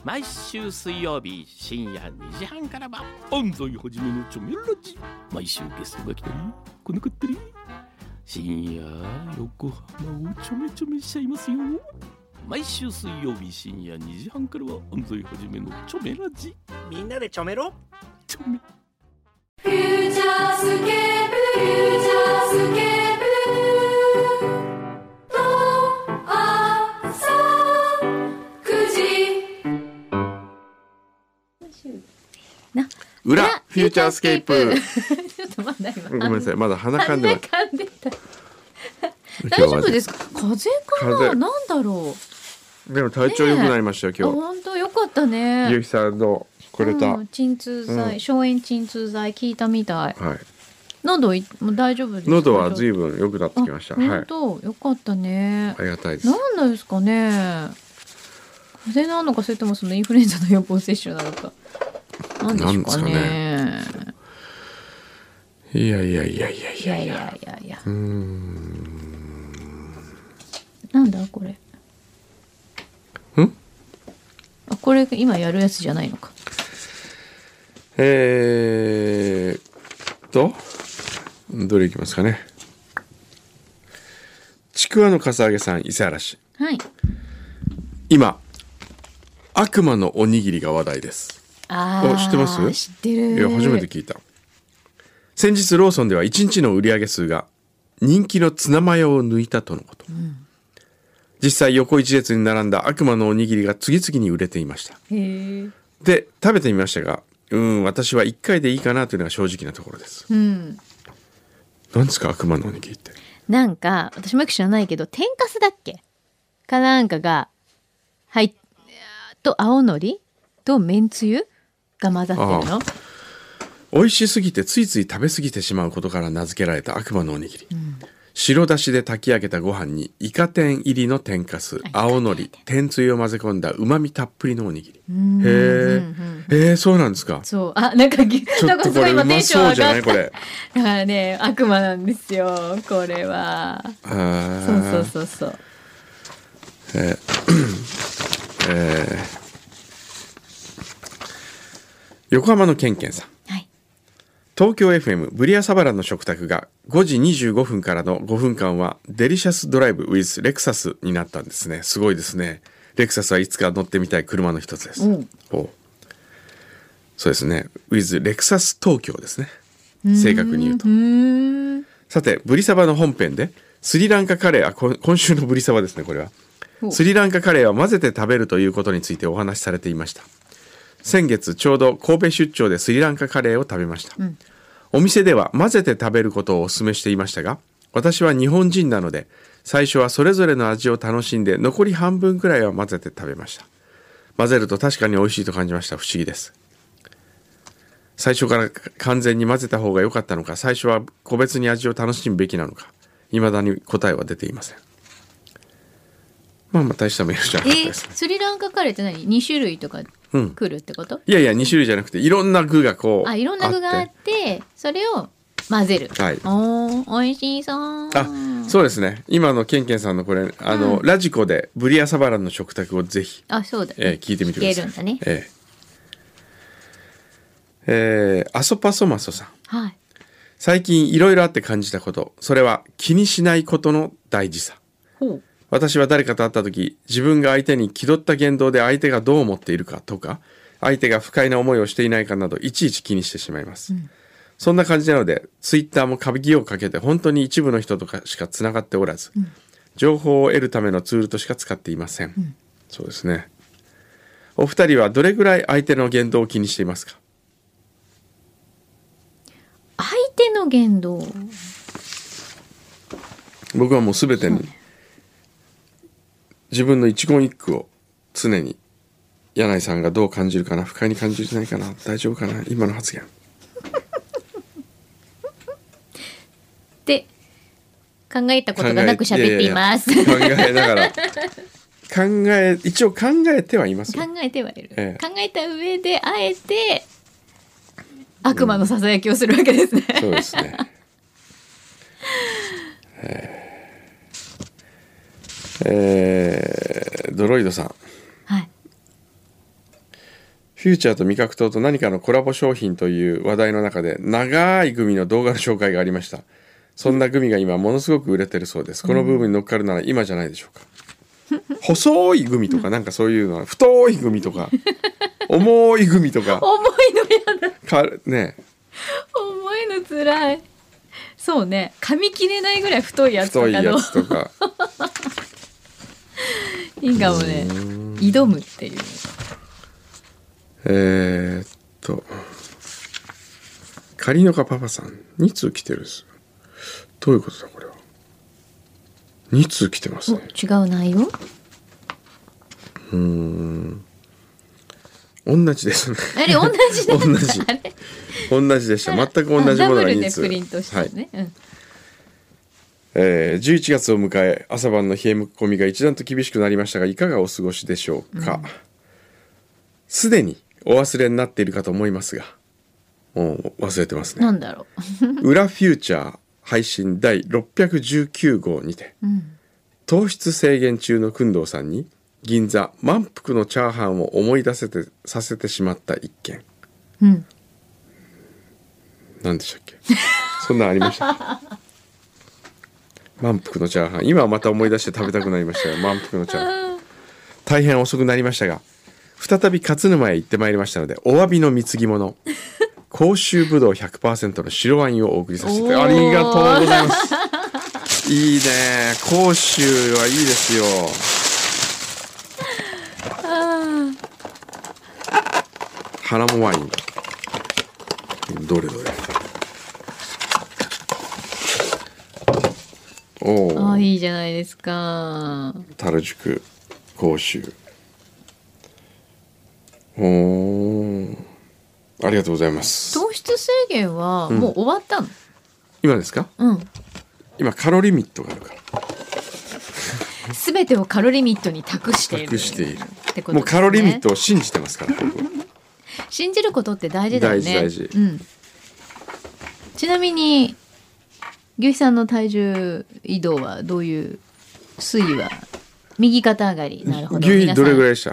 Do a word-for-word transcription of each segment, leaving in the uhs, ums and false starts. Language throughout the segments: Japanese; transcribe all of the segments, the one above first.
毎週水曜日深夜にじはんからは安西はじめのチョメラジ。毎週ゲストが来たり来なかったり、深夜横浜をちょめちょめしちゃいますよ。毎週水曜日深夜にじはんからは安西はじめのチョメラジ。 みんなでちょめろチョメ。 フューチャースケープ、フューチャースケープと朝くじな裏フューチャースケープちょっとまだ今ごめんなさい、まだ鼻かんでます。 鼻かんでた大丈夫ですか？風邪かな？ 風なんだろう。 でも体調良くなりましたよ、 あ、 今日。 本当よかったね。 ゆうきさんのくれた、 うん、鎮痛剤、 うん消炎鎮痛剤効いたみたい。 はい、 喉いもう大丈夫ですか？ 喉は随分良くなってきました。はい、 本当よかったね。 ありがたいです。 なんなんですかね。風邪なのか、それともそのインフルエンザの予防接種なのか。なんでしょうかね。 いやいやいやいやいいやいやいや。 やいやいや。 うーん。 なんだこれ。 ん？ あ、これ今やるやつじゃないのか。 えーっとどれいきますかね。ちくわのかさあげさん、伊勢原市。 はい。 今悪魔のおにぎりが話題です。 ああ、知ってます？ 知ってる。 いや初めて聞いた。先日ローソンではいちにちの売上数が人気のツナマヨを抜いたとのこと、うん、実際横一列に並んだ悪魔のおにぎりが次々に売れていました。 へー。 で食べてみましたが、うん私はいっかいでいいかなというのが正直なところです。 うん。 何ですか悪魔のおにぎりって。 なんか私もよく知らないけど、天かすだっけかなんかが入っと青のりとめんつゆが混ざってるの。 美味しすぎてついつい食べ過ぎてしまうことから名付けられた悪魔のおにぎり、うん、白だしで炊き上げたご飯にイカ天入りの天かす、青のり、天つゆを混ぜ込んだうまみたっぷりのおにぎり。へえ、へえ、そうなんですか。 そう、あ、なんかぎちょっとこれうまそうじゃないこれ。 だからね、悪魔なんですよこれは。あ、そうそうそうそう。 えーえー横浜のケンケンさん、はい、東京 エフエム ブリアサバラの食卓がごじにじゅうごふんからのごふんかんはデリシャスドライブ with レクサスになったんですね。すごいですね。レクサスはいつか乗ってみたい車の一つです。うん、おそうですね with レクサス東京ですね、正確に言うと。うさてブリサバの本編でスリランカカレー、あ今週のブリサバですね。これはスリランカカレーは混ぜて食べるということについてお話しされていました。先月ちょうど神戸出張でスリランカカレーを食べました。うん、お店では混ぜて食べることをお勧めしていましたが、私は日本人なので最初はそれぞれの味を楽しんで残り半分くらいは混ぜて食べました。混ぜると確かに美味しいと感じました。不思議です。最初から完全に混ぜた方が良かったのか、最初は個別に味を楽しむべきなのか、未だに答えは出ていません。まあまあ大したメールじゃなかったです、ね。 えー、スリランカカレーって何？に種類とか来るってこと？ うん、いやいやに種類じゃなくていろんな具がこうあいろんな具があってそれを混ぜる。 はい。 おー、美味しそう。 あ、そうですね。今のケンケンさんのこれあの、うん、ラジコでブリアサバラの食卓をぜひあそうだ、ねえー、聞いてみてください。 聞けるんだね。 えーえー、アソパソマソさん。 はい。 最近いろいろあって感じたこと、それは気にしないことの大事さ。ほう。私は誰かと会った時、自分が相手に気取った言動で相手がどう思っているかとか、相手が不快な思いをしていないかなどいちいち気にしてしまいます、うん、そんな感じなのでツイッターも鍵をかけて本当に一部の人とかしかつながっておらず、うん、情報を得るためのツールとしか使っていません、うん、そうですね。お二人はどれぐらい相手の言動を気にしていますか？ 相手の言動、 僕はもうすべてに自分の一言一句を常に柳井さんがどう感じるかな、不快に感じてないかな、大丈夫かな、今の発言って考えたことがなく喋っています。 考えながら考え一応考えてはいますよ。 考えてはいる、 ええ、 考えた上であえて悪魔のささやきをするわけですね、 うん、そうですねえー、ドロイドさん、 はい、 フューチャーと味覚糖と何かのコラボ商品という話題の中で長いグミの動画の紹介がありました。そんなグミが今ものすごく売れてるそうです。このブームに乗っかるなら今じゃないでしょうか。細いグミとかなんかそういうのは太いグミとか重いグミとか重いのやだかね重いのつらい。そうね、噛み切れないぐらい太いやつとかの太いやつとかいいかもね。挑むっていう。 えー、っとカリノカパパさんに通来てるです。どういうことだこれは。に通来てますね。 違う内容。 うーん同じですね。 あれ同じだった。 同じあれ同じでした。全く同じものがダブルに通でプリントしてね、 はいうんえー、じゅういちがつを迎え朝晩の冷え込みが一段と厳しくなりましたがいかがお過ごしでしょうか。すで、にお忘れになっているかと思いますがもう忘れてますね。 なんだろ裏フューチャー配信だいろっぴゃくじゅうきゅうごうにて、 う、うん、 糖質制限中の工藤さんに銀座満腹のチャーハンを思い出せてさせてしまった一件。 うん何でしたっけそんなんありました満腹のチャーハン今また思い出して食べたくなりましたよ。満腹のチャーハン大変遅くなりましたが再び勝沼へ行ってまいりましたのでお詫びの貢ぎ物甲州ぶどう ひゃくパーセント の白ワインをお送りさせていただきます。ありがとうございますいいね甲州はいいですよ。花もワインどれどれおおあ、いいじゃないですか。 樽宿甲州おーありがとうございます。 糖質制限はもう終わったの？ 今ですか？ うん。 今カロリーミットがあるからすべてをカロリーミットに託している。 託しているってことですね。 もうカロリーミットを信じてますから僕は信じることって大事だよね。 大事大事うん。ちなみに牛肥さんの体重移動はどういう推移は右肩上がり。なるほど。 牛肥どれぐらいい？ でした？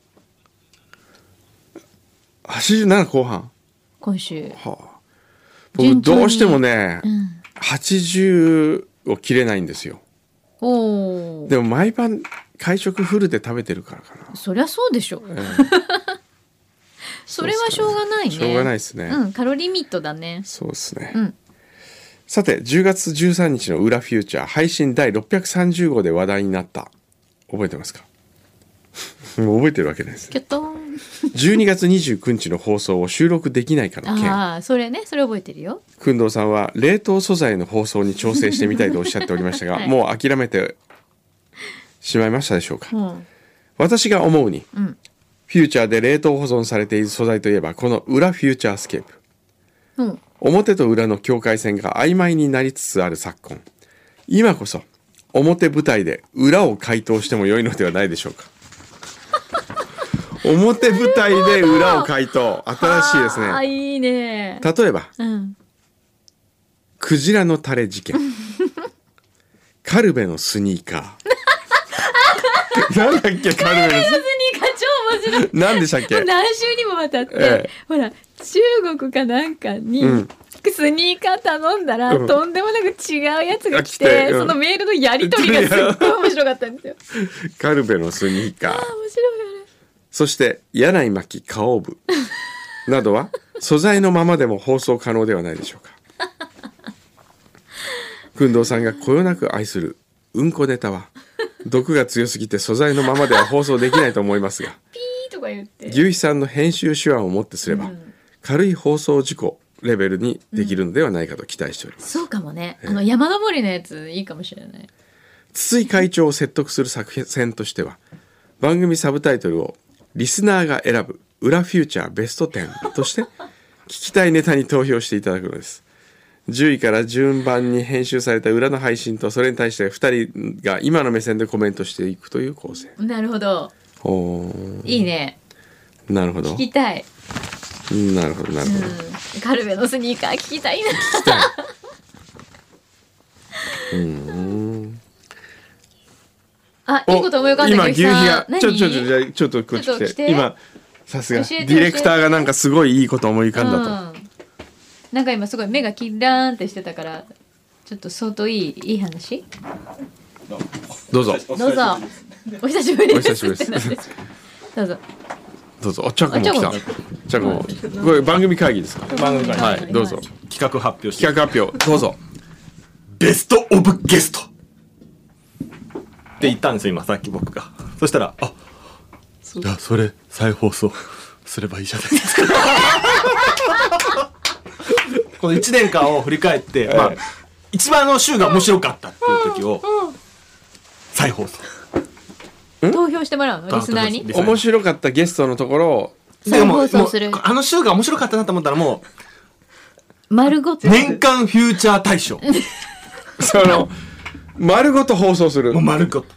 はちじゅうなな後半。 今週。 はあ、僕どうしてもね、 うん、 はちじゅうを切れないんですよ。 おお。 でも毎晩会食フルで食べてるからかな。 そりゃそうでしょ。 えーそれはしょうがないね。 しょうがないですね。 うん、カロリーミットだね。 そうですね。 うん。 さてじゅうがつじゅうさんにちの裏フューチャー配信だいろっぴゃくさんじゅうごうで話題になった覚えてますか？もう覚えてるわけないですね。 キョトン。 じゅうにがつにじゅうくにちの放送を収録できないかの件。 ああ、それね、それ覚えてるよ。 工藤さんは冷凍素材の放送に調整してみたいとおっしゃっておりましたが、 はいもう諦めてしまいましたでしょうか？ うん。 私が思うに、 うん。 フューチャーで冷凍保存されている素材といえばこの裏フューチャースケープ。 うん。 表と裏の境界線が曖昧になりつつある昨今、今こそ表舞台で裏を解凍しても良いのではないでしょうか？表舞台で裏を解凍、新しいですああ、 ね。 いいね。 例えばうん。 クジラのタレ事件カルベのスニーカーなんだっけカルベのススニーカー超面白い。 なんでしたっけ？ 何週にもわたって、 ええほら中国かなんかに、 うんスニーカー頼んだら、 うんとんでもなく違うやつが来て、 あ来てうんそのメールのやり取りがすっごい面白かったんですよ。 カルベのスニーカーああ、面白いあれ。 そして柳井真紀顔部などは素材のままでも放送可能ではないでしょうか？工藤さんがこよなく愛するうんこネタは毒が強すぎて素材のままでは放送できないと思いますが、 ピーとか言って。 牛肥さんの編集手腕をもってすれば、 うん軽い放送事故レベルにできるのではないかと期待しております。 そうかもね。あの山登りのやついいかもしれない。 筒井会長を説得する作戦としては、番組サブタイトルをリスナーが選ぶ裏フューチャーベストじゅうとして聞きたいネタに投票していただくのです。じゅういから順番に編集された裏の配信とそれに対してふたりが今の目線でコメントしていくという構成。 なるほど。 おーいいね。 なるほど聞きたい。 なるほどなるほど、 うん、カルベのスニーカー聞きたいな。 うんあ、いいこと思い浮かんだ今牛皮牛さん。 がちょちょちょちょちょっとこっち来てちょっと来て今さすがデ教えてィレクターがなんかすごいいいこと思い浮かんだと、 うん、なんか今すごい目がキラーンってしてたからちょっと相当いいいい話。 どうぞどうぞお久しぶりですお久しぶりですって何ですかどうぞどうぞ。あ、チャコも来た。 あチャコもこれ番組会議ですか。 番組会はい、どうぞ。 企画発表して企画発表どうぞ。 ベストオブゲストって言ったんですよ今さっき僕が。そしたらあじゃあそれ再放送すればいいじゃないですかこのいちねんかんを振り返って、まあ、一番の週が面白かったっていう時を再放送投票してもらうのリスナーに。 面白かったゲストのところを再放送するもうあの週が面白かったなと思ったらも丸ごとう年間フューチャー大賞その丸ごと放送する。 もう丸ごと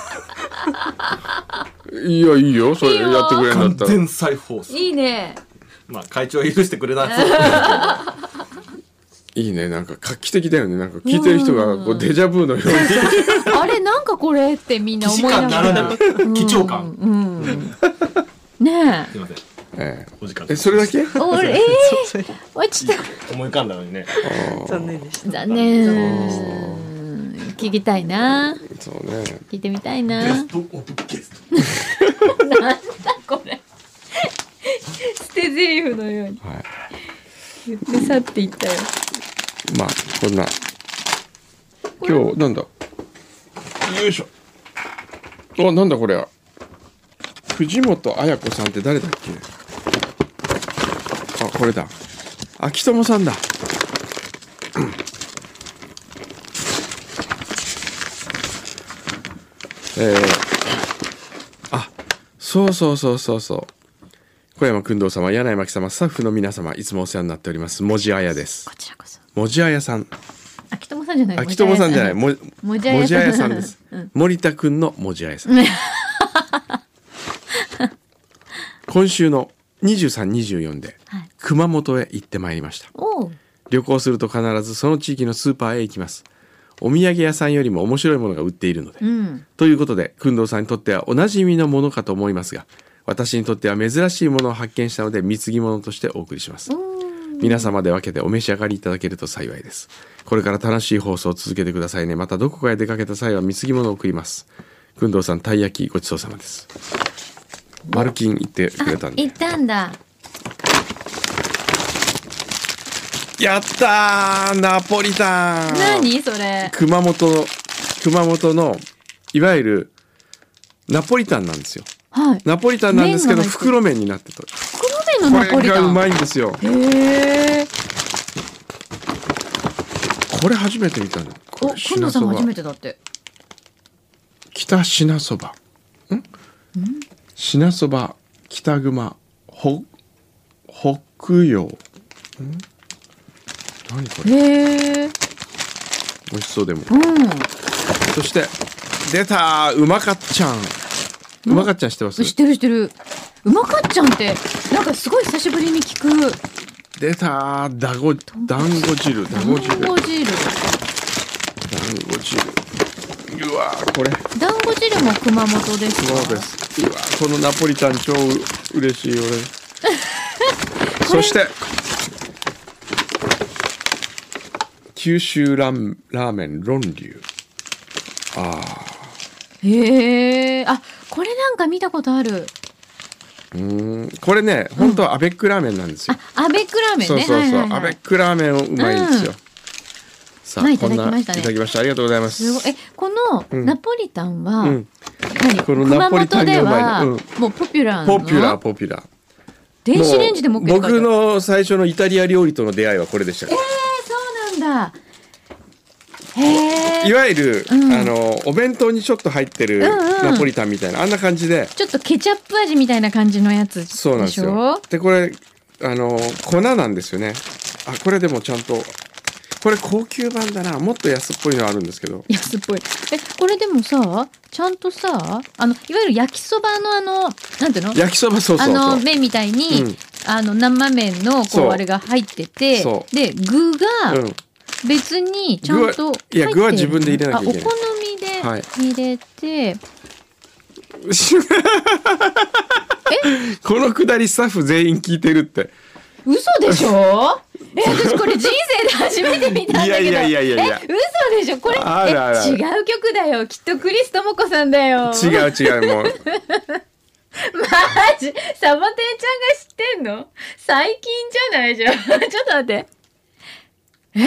いやいいよそれいいよやってくれるん完だったら。 全再放送。 いいね。 まあ会長は許してくれなそうだいいね、なんか画期的だよね。なんか聞いてる人がこうデジャブのようにあれなんかこれってみんな既視思いながら感ならぬ貴重感。 うんねすいませんえお時間ええそれだけ。 えおええー、落ちた思い浮かんだのにね。 残念でした。 残念聞きたいなそうね。 聞いてみたいなベストオブゲスト。 なんだこれ捨て台詞のようにはい。 言って去っていったよ。 まあこんな今日なんだ。よいしょ。お、なんだこれは。藤本彩子さんって誰だっけ。あ、これだ。秋友さんだ。えー、あ、そうそうそうそうそう。小山君堂様、柳井真紀様、スタッフの皆様、いつもお世話になっております。もじあやです。 こちらこそ。 もじあやさん。 秋友さんじゃない。 秋友さんじゃない。ももじあやさんもじあやさんです。 うん森田君のもじあやさん。今週のにじゅうさん、にじゅうよんではい熊本へ行ってまいりました。 おう。 旅行すると必ずその地域のスーパーへ行きます。お土産屋さんよりも面白いものが売っているので。 うん。 ということで、工藤さんにとってはおなじみのものかと思いますが、私にとっては珍しいものを発見したので貢ぎ物としてお送りします。皆様で分けてお召し上がりいただけると幸いです。これから楽しい放送を続けてくださいね。またどこかへ出かけた際は貢ぎ物を送ります。工藤さん、たい焼きごちそうさまです。マルキン行ってくれたんで。 行ったんだ。 やったー、ナポリタン。 何それ。 熊本の熊本のいわゆるナポリタンなんですよ。 はい。 ナポリタンなんですけど麺が入ってる袋麺になってた。 黒麺のナポこれがうリタン。 まいんですよ。 へえ。 これ初めて見たの。こお、 れくんどさん初めてだって。 北品そば。ん？品そば北熊ほ北洋。ん？何これ？ へえ。 美味しそうでも。 うん。 そして出たうまかっちゃん。うまかっちゃん知ってます？ 知ってる知ってる。うまかっちゃんってなんかすごい久しぶりに聞く。 出ただご団子汁団子汁団団子汁。 子汁。うわーこれ団子汁も熊本ですか。 そうです。うわーこのナポリタン超う嬉しい俺。そして九州ラーラーメンロン流。ああ。 へえ。あ、これなんか見たことある。 うーんこれね本当はアベックラーメンなんですよ。 あ、アベックラーメンね。 そうそうそう、 はいはいはいアベックラーメンうまいんですよ。 うんさあ、 まあいこんなただきましたねいただきました。ありがとうございます。 すごい。え、このうんナポリタンは、 うん何このナポリタンがうまいの熊本では、 うんもうポピュラーなの。 ポピュラーポピュラー。 電子レンジでも OK って書いてある。 僕の最初のイタリア料理との出会いはこれでしたから。 えー、そうなんだ。へえ。 いわゆる、 うんあのお弁当にちょっと入ってるうんうんナポリタンみたいな、あんな感じで。 ちょっとケチャップ味みたいな感じのやつでしょ。 そうなんですよ。でこれあの粉なんですよね。あこれでもちゃんとこれ高級版だな。もっと安っぽいのあるんですけど。 安っぽい。え、これでもさ、ちゃんとさ、あのいわゆる焼きそばのあのなんていうの？ 焼きそばそうそうそう。 あの麺みたいに、 うんあの生麺のこそううあれが入ってて、 そうで具がうん別にちゃんと入ってる、 具はいや具は自分で入れなきゃいけないあ、お好みではい入れて、 このくだりスタッフ全員聞いてるって。 嘘でしょ？え、私これ人生で初めて見たんだけど。 いやいやいやいやいや。 え、嘘でしょ？これあらあらえ違う曲だよ。きっとクリス智子さんだよ。 違う違うもう。 マジサボテンちゃんが知ってんの？最近じゃないじゃん。ちょっと待って。えー、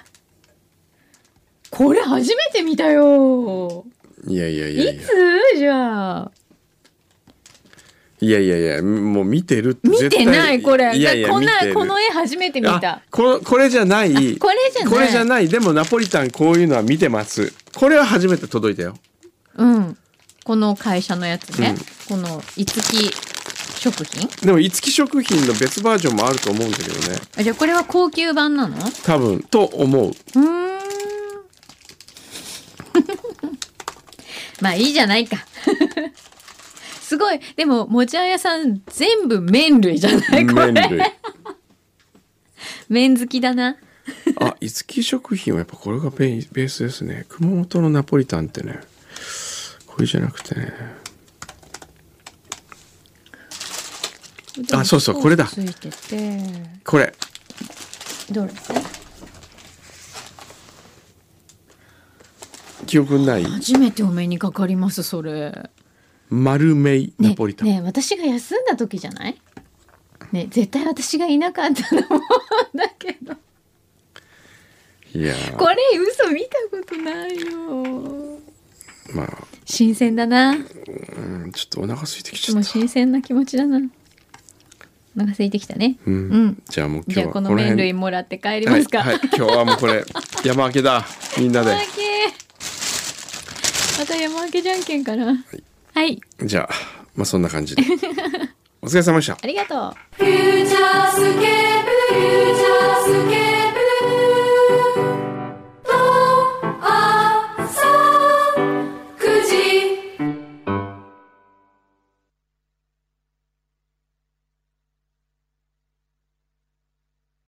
これ初めて見たよ。 いやいやいやいや。 いつじゃあ。 いやいやいや、もう見てるって絶対見てないこれ。 いやいやこんなこの絵初めて見た。 ここれじゃない。 これじゃない。 これじゃない。でもナポリタンこういうのは見てます。これは初めて届いたよ。 うん。この会社のやつね。うん、このいつき食品。 でもいつき食品の別バージョンもあると思うんだけどね。 あ、じゃあこれは高級版なの？ 多分と思う。うーん。 まあいいじゃないか。すごい。でももちあやさん全部麺類じゃないこれ。麺類。麺好きだな。 あ、いつき食品はやっぱこれがベースですね。熊本のナポリタンってね、これじゃなくてね。あ、そうそうこれだ。ついててこれ。 どれ？ 記憶ない。 初めてお目にかかりますそれ。 丸メナポリタン。 ねえ、ねえ私が休んだ時じゃない？ねえ絶対私がいなかったと思うんだけど。 いやこれ嘘見たことないよ。 まあ新鮮だな。 うん、ちょっとお腹空いてきちゃった。 もう新鮮な気持ちだな。お腹空いてきたね。 うん。うん、じゃあもう今日はじゃあこの麺類もらって帰りますか。 はい、はい、今日はもうこれ山分けだみんなで。 山分け。また山分けじゃんけんかな。はい。はい、 じゃあまあそんな感じでお疲れ様でした。 ありがとう。 フューチャースケープフューチャー